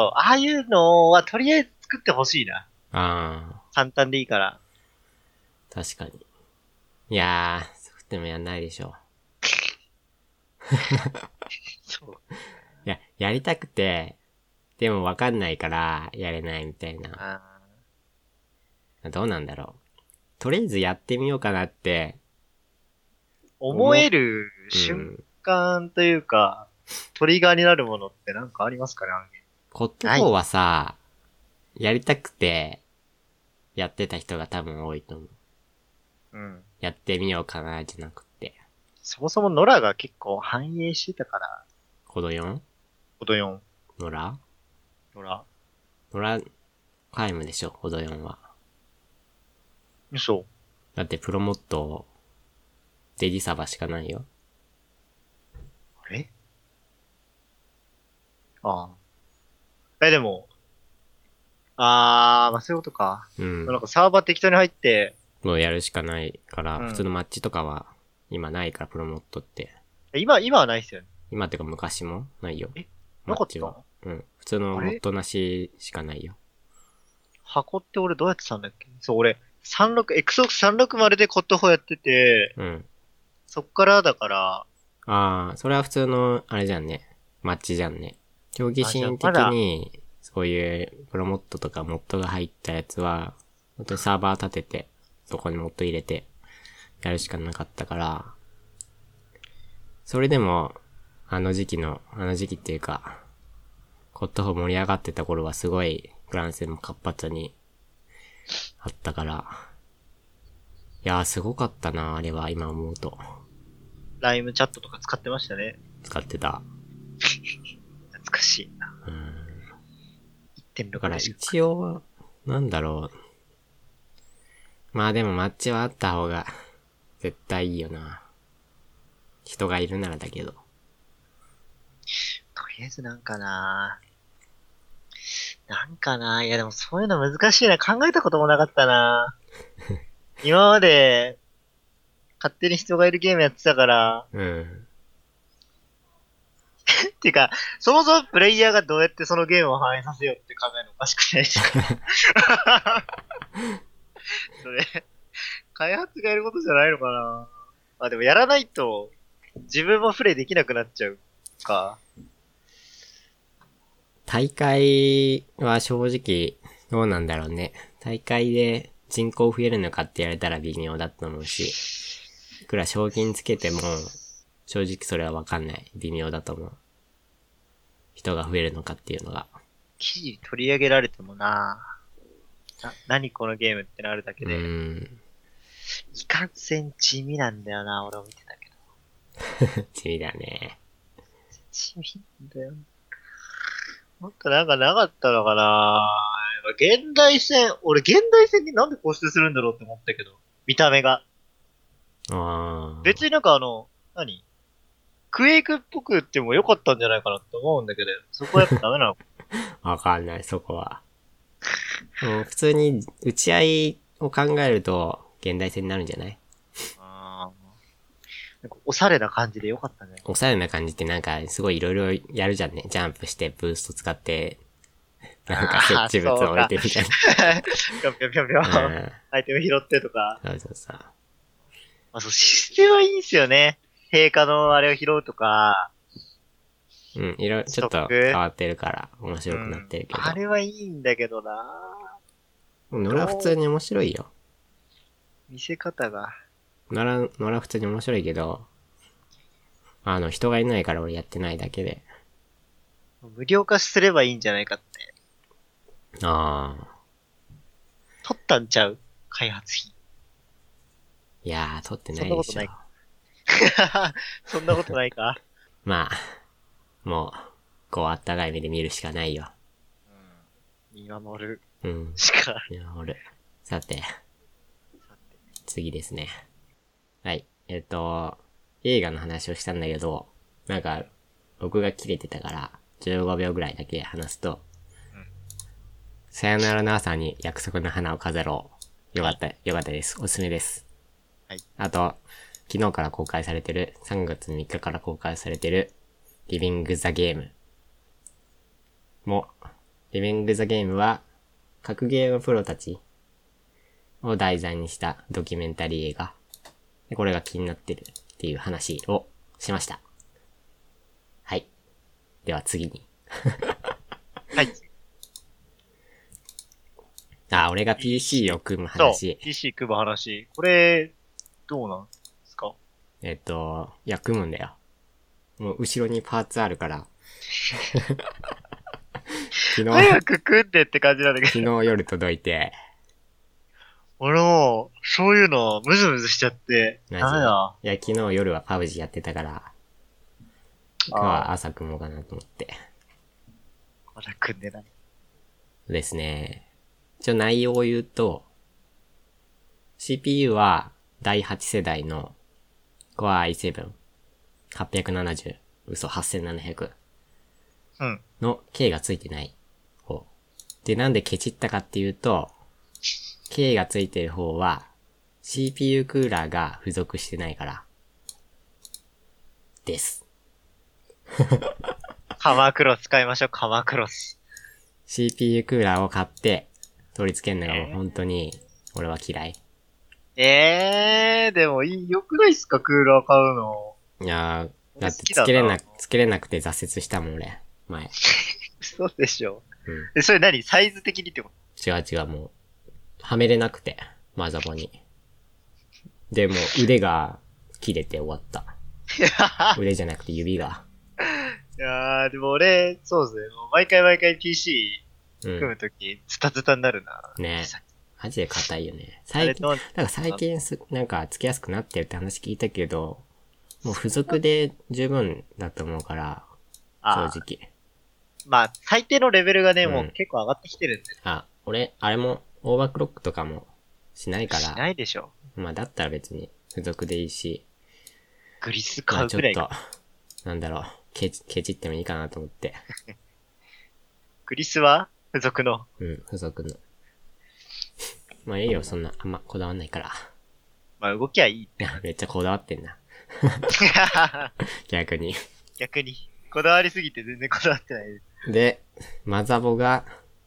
Speaker 2: ああいうのはとりあえず作ってほしいな。簡単でいいから。
Speaker 1: 確かに。いやー、作ってもやんないでしょ。そう。いや、やりたくて、でもわかんないからやれないみたいな。どうなんだろう。とりあえずやってみようかなって、
Speaker 2: 思える瞬間というか、トリガーになるものってなんかありますかね？
Speaker 1: コット4はさ、やりたくて、 やってた人が多分多いと思う。
Speaker 2: うん。
Speaker 1: やってみようかな、じゃなくて。
Speaker 2: そもそもノラが結構反映してたから。
Speaker 1: コド 4？
Speaker 2: コド4。
Speaker 1: ノラ皆無でしょ、コド4は。
Speaker 2: 嘘。
Speaker 1: だってプロモット、デジサバしかないよ。
Speaker 2: あれああ。でも、まあそういうことか。
Speaker 1: うん。
Speaker 2: なんかサーバー適当に入って、
Speaker 1: もうやるしかないから、
Speaker 2: うん
Speaker 1: 普通のマッチとかは、今ないから、プロモットって。
Speaker 2: 今はないっすよね。
Speaker 1: 今ってか昔もないよ。マッチは。うん。普通のモットなししかないよ。
Speaker 2: 箱って俺どうやってたんだっけ？そう、俺、Xbox 360でコット4やってて、
Speaker 1: うん。
Speaker 2: そっからだから、
Speaker 1: それは普通の、あれじゃんね。マッチじゃんね。競技シーン的に、そういうプロモットとかモッドが入ったやつは、本当にサーバー立てて、そこにモッド入れて、やるしかなかったから、それでも、あの時期っていうか、コット4盛り上がってた頃はすごい、グランセンも活発に、あったから、いやーすごかったな、あれは今思うと。
Speaker 2: ライムチャットとか使ってましたね。
Speaker 1: 使ってた。
Speaker 2: 懐かしいな。1.6
Speaker 1: だから一応、なんだろう。まあでもマッチはあった方が、絶対いいよな。人がいるならだけど。
Speaker 2: とりあえずなんかないやでもそういうの難しいな。考えたこともなかったな。今まで、勝手に人がいるゲームやってたから。
Speaker 1: うん。
Speaker 2: っていうか、そもそもプレイヤーがどうやってそのゲームを反映させようって考えるのおかしくないし。それ、開発がやることじゃないのかな。あ、でもやらないと、自分もプレイできなくなっちゃうか。
Speaker 1: 大会は正直、どうなんだろうね。大会で人口増えるのかって言われたら微妙だと思うし、いくら賞金つけても、正直それはわかんない。微妙だと思う。人が増えるのかっていうのが。
Speaker 2: 記事取り上げられても何このゲームってなるだけで。いかんせん地味なんだよな、俺も見てたけ
Speaker 1: ど。地味だね。
Speaker 2: 地味なんだよ。もっとなんかなかったのかな。俺現代戦になんで固執するんだろうって思ったけど、見た目が。別になんかクエイクっぽくっても良かったんじゃないかなって思うんだけど、そこはやっぱダメなの
Speaker 1: わかんない、そこは。普通に打ち合いを考えると、現代戦になるんじゃない？
Speaker 2: なんかおしゃれな感じで良かったね。
Speaker 1: おしゃれな感じってなんかすごいいろいろやるじゃんね。ジャンプしてブースト使って、なんか設置物を置いてみたいな。
Speaker 2: ぴょんぴょんぴょんぴょん。アイテム拾ってとか。
Speaker 1: そうそうそう。
Speaker 2: システムはいいんすよね。陛下のあれを拾うとか。
Speaker 1: ちょっと変わってるから面白くなってるけど。
Speaker 2: あれはいいんだけどな。
Speaker 1: ノラ普通に面白いよ。
Speaker 2: 見せ方が。
Speaker 1: ノラ普通に面白いけど、人がいないから俺やってないだけで。
Speaker 2: 無料化すればいいんじゃないかって。
Speaker 1: 取
Speaker 2: ったんちゃう？開発費。
Speaker 1: いやー、取ってないでしょ。
Speaker 2: そんなことないか。
Speaker 1: まあ、もう、こうあったかい目で見るしかないよ。
Speaker 2: 見守る。
Speaker 1: しか。見守る。さて、次ですね。はい。映画の話をしたんだけど、なんか、僕が切れてたから、15秒ぐらいだけ話すと、さよならの朝に約束の花を飾ろう。よかったです。おすすめです。
Speaker 2: はい。
Speaker 1: あと、昨日から公開されてる、3月3日から公開されてる、リビング・ザ・ゲーム。リビング・ザ・ゲームは、格ゲームプロたちを題材にしたドキュメンタリー映画。でこれが気になってるっていう話をしました。はい。では次に。
Speaker 2: はい。
Speaker 1: 俺が PC を組む話。
Speaker 2: そう、PC 組む話。これ、どうなんですか？
Speaker 1: いや、組むんだよ。もう後ろにパーツあるから。
Speaker 2: 早く組んでって感じなんだけど。
Speaker 1: 昨日夜届いて、
Speaker 2: そういうの、ムズムズしちゃって、
Speaker 1: マジ
Speaker 2: ダメだ。
Speaker 1: いや、昨日夜はパブジやってたから、今日は朝組もうかなと思って。
Speaker 2: まだ組んでない。
Speaker 1: ですね。内容を言うと、CPU は第8世代の Core i7、870、嘘8700
Speaker 2: うん。
Speaker 1: の K がついてない方。で、なんでケチったかっていうと、K がついてる方は CPU クーラーが付属してないから。です。
Speaker 2: カマクロス使いましょう、カマクロス。
Speaker 1: CPU クーラーを買って取り付けるのがもう本当に俺は嫌い。
Speaker 2: でも良くないっすか、クーラー買うの。
Speaker 1: いやー、だって
Speaker 2: 俺好
Speaker 1: つけれなくて挫折したもん俺、前。
Speaker 2: そうでしょ。
Speaker 1: うん。
Speaker 2: それ何サイズ的にってこ
Speaker 1: 違うもう、はめれなくて、マザボに。で、もう腕が切れて終わった。
Speaker 2: と
Speaker 1: 腕じゃなくて指が。
Speaker 2: いやでも俺、そうですね。もう毎回 PC 組
Speaker 1: うん。
Speaker 2: むとき、ズタズタになるな。
Speaker 1: ねえ。マジで硬いよね。
Speaker 2: あれと、
Speaker 1: なんか最近なんかつけやすくなってるって話聞いたけど、もう付属で十分だと思うから、正直。
Speaker 2: まあ、最低のレベルがね、
Speaker 1: うん
Speaker 2: もう結構上がってきてるんで。
Speaker 1: 俺、あれも、オーバークロックとかもしないから。
Speaker 2: しないでしょ。
Speaker 1: まあだったら別に付属でいいし。
Speaker 2: グリス
Speaker 1: まあ
Speaker 2: 買うくらい
Speaker 1: ちょっと、なんだろう、ケチってもいいかなと思って。
Speaker 2: グリスは付属の。
Speaker 1: うん、付属の。まあいいよ、そんな、あんまこだわんないから。
Speaker 2: まあ動きはいい。
Speaker 1: いや、めっちゃこだわってんな。逆に。
Speaker 2: 逆に。こだわりすぎて全然こだわってない。
Speaker 1: で、マザボが、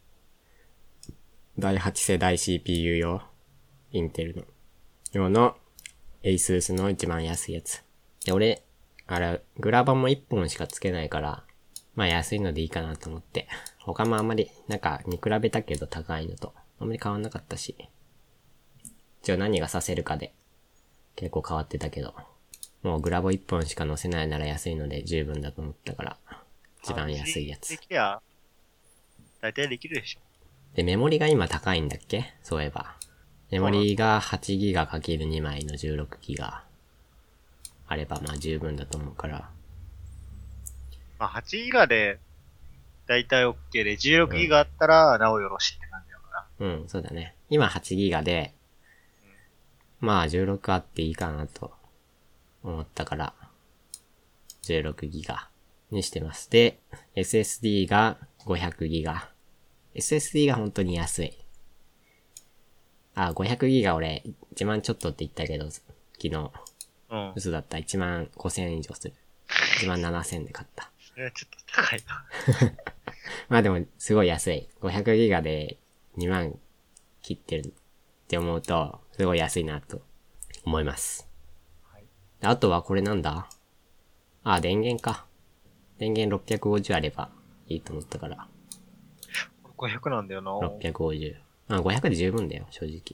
Speaker 1: 第8世代 CPU 用。インテルの。用の、ASUS の一番安いやつ。で、俺、グラバも1本しかつけないから、まあ安いのでいいかなと思って。他もあんまり、なんか、見比べたけど高いのと、あんまり変わんなかったし。何がさせるかで、結構変わってたけど。もうグラボ1本しか載せないなら安いので十分だと思ったから、一番安いやつ。
Speaker 2: できりゃ、大体できるでしょ。
Speaker 1: で、メモリが今高いんだっけそういえば。メモリが 8GB×2 枚の 16GB あればまあ十分だと思うから。
Speaker 2: まあ、8ギガで、だいたい OK で、16ギガあったら、なおよろしって感じだか
Speaker 1: ら。うん、そうだね。今8ギガで、まあ16あっていいかなと思ったから、16ギガにしてます。で、SSD が500ギガ。SSD が本当に安い。500ギガ俺、1万ちょっとって言ったけど、昨日。
Speaker 2: うん。
Speaker 1: 嘘だった。1万5000以上する。1万7000で買った。
Speaker 2: それはちょっと高いな。
Speaker 1: まあでも、すごい安い。500ギガで2万切ってるって思うと、すごい安いなと思います。はい、あとはこれなんだ電源か。電源650あればいいと思ったから。
Speaker 2: 500なんだよな。
Speaker 1: 650。500で十分だよ、正直。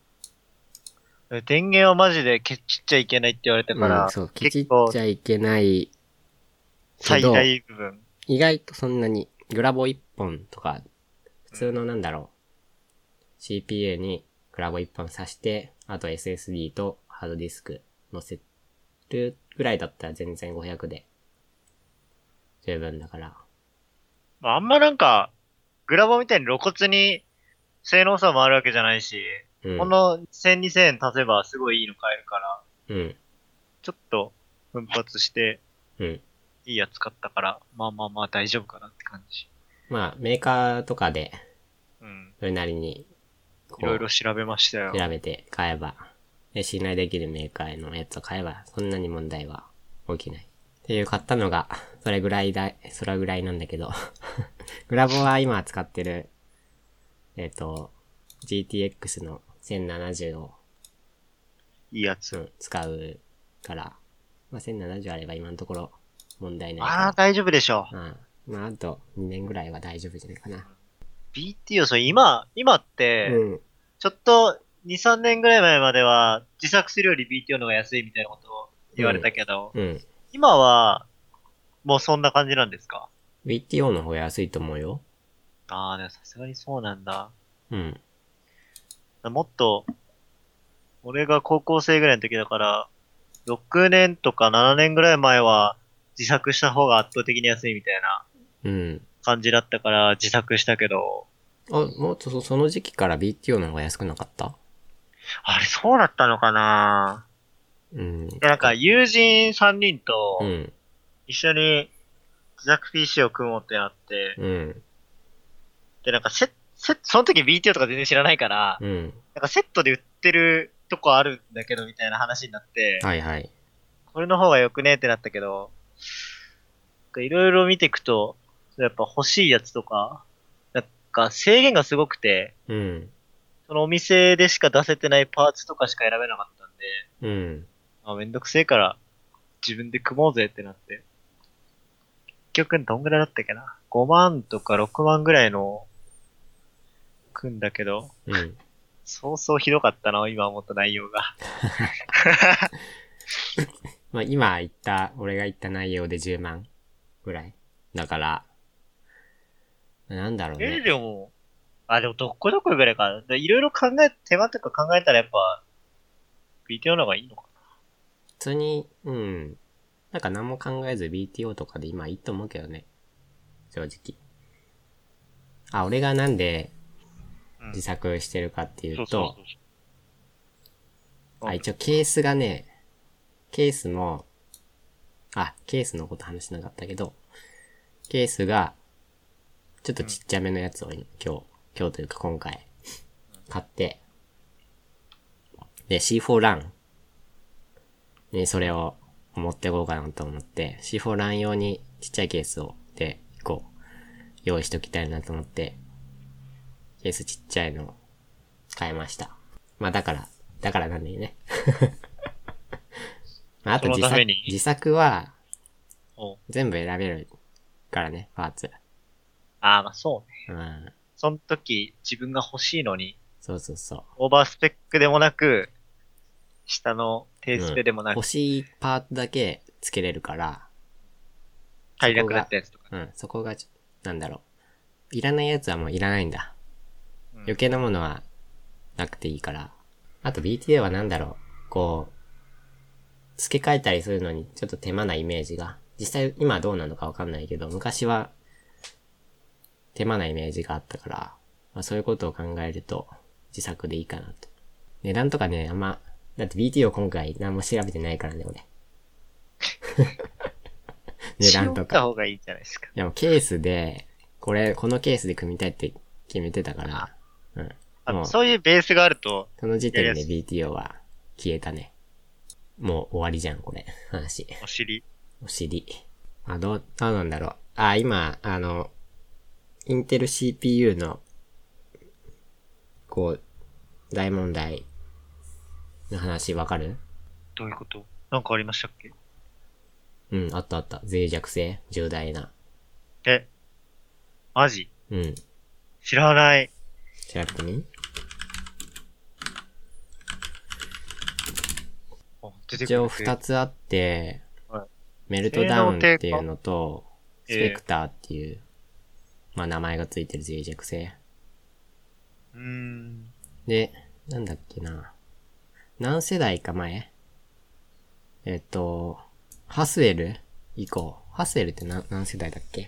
Speaker 2: 電源はマジでケチっちゃいけないって言われたから。
Speaker 1: そう、ケチっちゃいけない
Speaker 2: 最大部分。
Speaker 1: 意外とそんなに、グラボ1本とか、普通のCPU にグラボ1本挿して、あと SSD とハードディスク載せるぐらいだったら全然500で十分だから。
Speaker 2: あんまグラボみたいに露骨に性能差もあるわけじゃないし、この1000、2000円足せばすごいいいの買えるから、ちょっと奮発して、いいやつ買ったから、まあ大丈夫かなって感じ。
Speaker 1: まあ、メーカーとかで、それなりに、
Speaker 2: いろいろ調べましたよ。
Speaker 1: 調べて買えば、信頼できるメーカーのやつを買えば、そんなに問題は起きない。っていう買ったのが、それぐらいなんだけど、グラボは今使ってる、GTX の1070を、
Speaker 2: いいやつ。
Speaker 1: 使うから、まあ、1070あれば今のところ問題ない。
Speaker 2: 大丈夫でしょう。
Speaker 1: まあ、あと2年ぐらいは大丈夫じゃないかな。
Speaker 2: BT を今って、ちょっと2、3年ぐらい前までは自作するより BTO の方が安いみたいなことを言われたけど、今はもうそんな感じなんですか？
Speaker 1: BTO の方が安いと思うよ。
Speaker 2: でもさすがにそうなんだ。
Speaker 1: も
Speaker 2: 俺が高校生ぐらいの時だから、6年とか7年ぐらい前は自作した方が圧倒的に安いみたいな
Speaker 1: うん。
Speaker 2: 感じだったから自作したけど、
Speaker 1: もっとその時期から BTO の方が安くなかった？
Speaker 2: あれそうだったのかな。
Speaker 1: うん。
Speaker 2: いやなんか友人3人と
Speaker 1: うん。
Speaker 2: 一緒に自作 PC を組もうってなって、
Speaker 1: うん。
Speaker 2: でなんかその時 BTO とか全然知らないから、
Speaker 1: うん。
Speaker 2: なんかセットで売ってるとこあるんだけどみたいな話になって、
Speaker 1: はいはい。
Speaker 2: これの方が良くねってなったけど、いろいろ見ていくと、やっぱ欲しいやつとか、なんか制限がすごくて、
Speaker 1: うん。
Speaker 2: そのお店でしか出せてないパーツとかしか選べなかったんで、
Speaker 1: うん。
Speaker 2: めんどくせえから自分で組もうぜってなって。結局どんぐらいだったっけな？ 5 万とか6万ぐらいの組んだけど、
Speaker 1: うん。
Speaker 2: そうそうひどかったな、今思った内容が。
Speaker 1: まあ俺が言った内容で10万ぐらい。だから、なんだろうね。
Speaker 2: でも、でもどこどこぐらいか。いろいろ手間とか考えたらやっぱ、BTO の方がいいのか
Speaker 1: 普通に、うん。なんか何も考えず BTO とかで今いいと思うけどね。正直。俺がなんで
Speaker 2: な。うん。
Speaker 1: 自作してるかっていうと、
Speaker 2: そうそうそうそう。
Speaker 1: 一応ケースがね、ケースも、ケースのこと話しなかったけど、ケースが、ちょっとちっちゃめのやつを今日というか今回、買って、で、C4 ランにそれを持っていこうかなと思って、C4 ラン用にちっちゃいケースを、用意しときたいなと思って、ケースちっちゃいのを買いました。まあだからなんでね。まああと自作は、全部選べるからね、パーツ。
Speaker 2: まあそうね。
Speaker 1: うん。
Speaker 2: その時自分が欲しいのに、
Speaker 1: そうそうそ
Speaker 2: オーバースペックでもなく、下の低
Speaker 1: う。う
Speaker 2: ス
Speaker 1: ん。
Speaker 2: ペでもなく、
Speaker 1: 欲しいパーツだけ付けれるから、
Speaker 2: 足りなくなったやつとか。
Speaker 1: そこがなんだろう。いらないやつはもういらないんだ。
Speaker 2: うん、
Speaker 1: 余計なものはなくていいから。あと BTA はなんだろう。付け替えたりするのにちょっと手間なイメージが。実際今はどうなのかわかんないけど、昔は手間なイメージがあったから、まあそういうことを考えると自作でいいかなと。値段とかね、だって BTO 今回何も調べてないからね、俺。値段とか。
Speaker 2: た方がいいじゃないですか。
Speaker 1: でもケースで、このケースで組みたいって決めてたから、もう、
Speaker 2: そういうベースがあると、
Speaker 1: その時点で BTO は消えたね。もう終わりじゃん、これ。話。
Speaker 2: お尻。
Speaker 1: お尻。どうなんだろう。今、インテル CPU の、大問題の話わかる？
Speaker 2: どういうこと？なんかありましたっけ？
Speaker 1: うん、あったあった。脆弱性重大な。
Speaker 2: マジ？
Speaker 1: うん。
Speaker 2: 知らない。
Speaker 1: 調べてみ？一応二つあって、メルトダウンっていうのと、スペクターっていう、名前がついてる脆弱性。で、なんだっけな。何世代か前？ハスウェル以降。ハスウェルって何世代だっけ？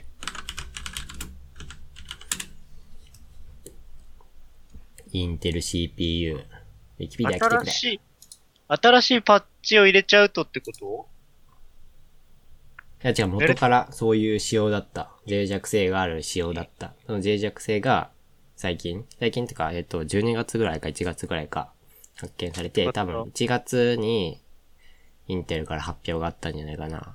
Speaker 1: インテル CPU。ウィキペディア来てくれ。
Speaker 2: 新しいパッチを入れちゃうとってこと？
Speaker 1: いや違う、元からそういう仕様だった。脆弱性がある仕様だった。その脆弱性が最近ってか、12月ぐらいか1月ぐらいか発見されて、多分1月にインテルから発表があったんじゃないかな。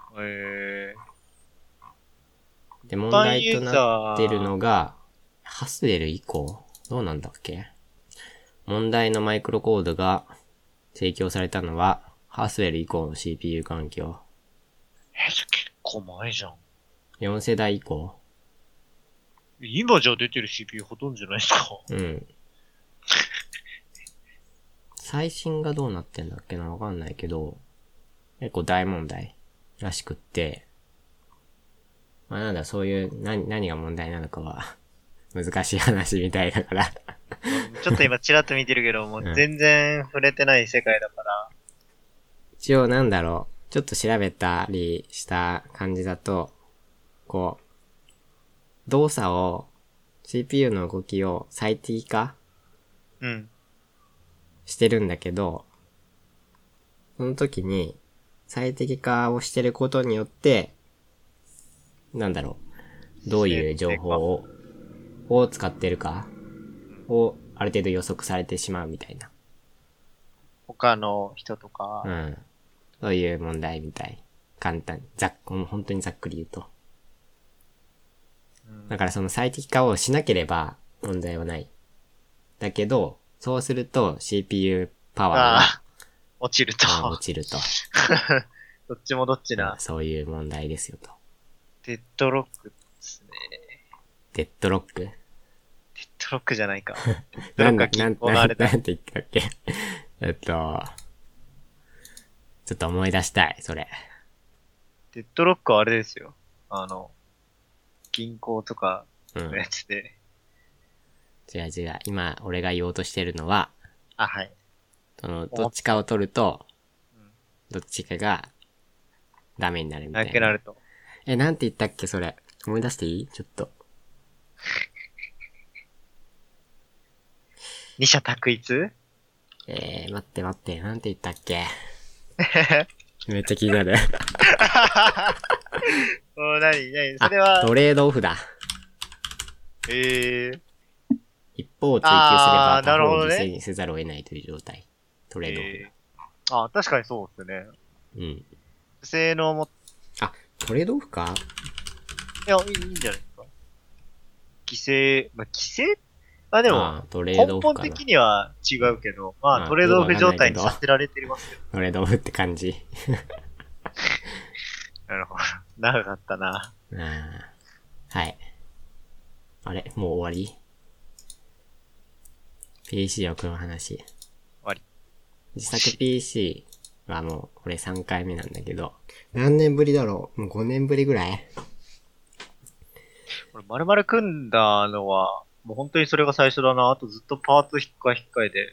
Speaker 1: で、問題となってるのが、ハスウェル以降どうなんだっけ？問題のマイクロコードが提供されたのは、ハスウェル以降の CPU 環境。
Speaker 2: 結構前じゃん。
Speaker 1: 4世代以降。
Speaker 2: 今じゃ出てる CPU ほとんどじゃないですか。
Speaker 1: うん。最新がどうなってんだっけなわかんないけど、結構大問題らしくって、なんだそういう、何が問題なのかは難しい話みたいだから。
Speaker 2: ちょっと今チラッと見てるけど、もう全然触れてない世界だから。
Speaker 1: 一応なんだろう、ちょっと調べたりした感じだと、こう、動作を、CPU の動きを最適化してるんだけど、その時に最適化をしてることによって、なんだろう、どういう情報を使ってるかをある程度予測されてしまうみたいな。
Speaker 2: 他の人とか。
Speaker 1: そういう問題みたい。簡単。本当にざっくり言うと。だからその最適化をしなければ問題はない。だけど、そうすると CPU パワーが
Speaker 2: 落ちると。
Speaker 1: 落ちると。
Speaker 2: どっちもどっちな。
Speaker 1: そういう問題ですよと。
Speaker 2: デッドロックですね。
Speaker 1: デッドロック？
Speaker 2: デッドロックじゃないか。
Speaker 1: なんて言ったっけちょっと思い出したい、それ。
Speaker 2: デッドロックはあれですよ。銀行とかのやつで。
Speaker 1: 違う。今、俺が言おうとしてるのは、
Speaker 2: はい。
Speaker 1: どっちかを取ると、どっちかがダメになるみたいな。
Speaker 2: なくなると。
Speaker 1: なんて言ったっけ、それ。思い出していい？ちょっと。
Speaker 2: 二者択一？
Speaker 1: 待って、なんて言ったっけ。めっちゃ気になる。
Speaker 2: 何それは。
Speaker 1: トレードオフだ。一方を追求すれば他方を犠牲にせざるを得ないという状態。トレードオフだ。
Speaker 2: 確かにそうですね。不正の
Speaker 1: トレードオフか？
Speaker 2: いや、いいんじゃないですか。規制でも、根本的には違うけど、トレードオフ状態にさせられてますよ。
Speaker 1: トレードオフって感じ。
Speaker 2: なるほど。長かったな。
Speaker 1: はい。あれ？もう終わり？ PC を組む話。終
Speaker 2: わり。
Speaker 1: 自作 PC はもう、これ3回目なんだけど、何年ぶりだろう？もう5年ぶりぐらい？
Speaker 2: 俺、丸々組んだのは、もう本当にそれが最初だな。あとずっとパーツ引っかえで。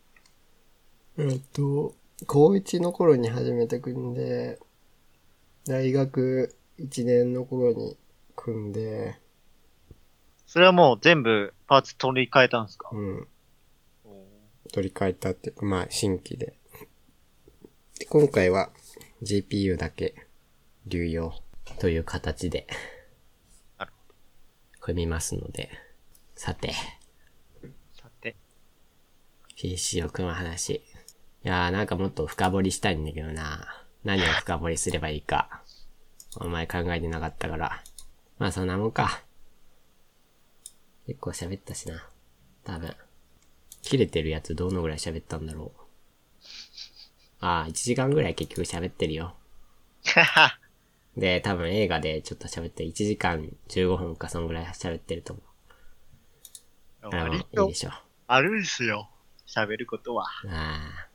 Speaker 1: 高1の頃に初めて組んで、大学1年の頃に組んで、
Speaker 2: それはもう全部パーツ取り替えたんですか？
Speaker 1: 取り替えたっていうか、新規で。で、今回は GPU だけ流用という形で組みますので、さて。PC を組む話。いやーなんかもっと深掘りしたいんだけどな。何を深掘りすればいいか。お前考えてなかったから。そんなもんか。結構喋ったしな。多分。切れてるやつどのぐらい喋ったんだろう。1時間ぐらい結局喋ってるよ。で、多分映画でちょっと喋って1時間15分かそんぐらい喋ってると思う。いいでしょ。
Speaker 2: あるんすよ。喋ることは。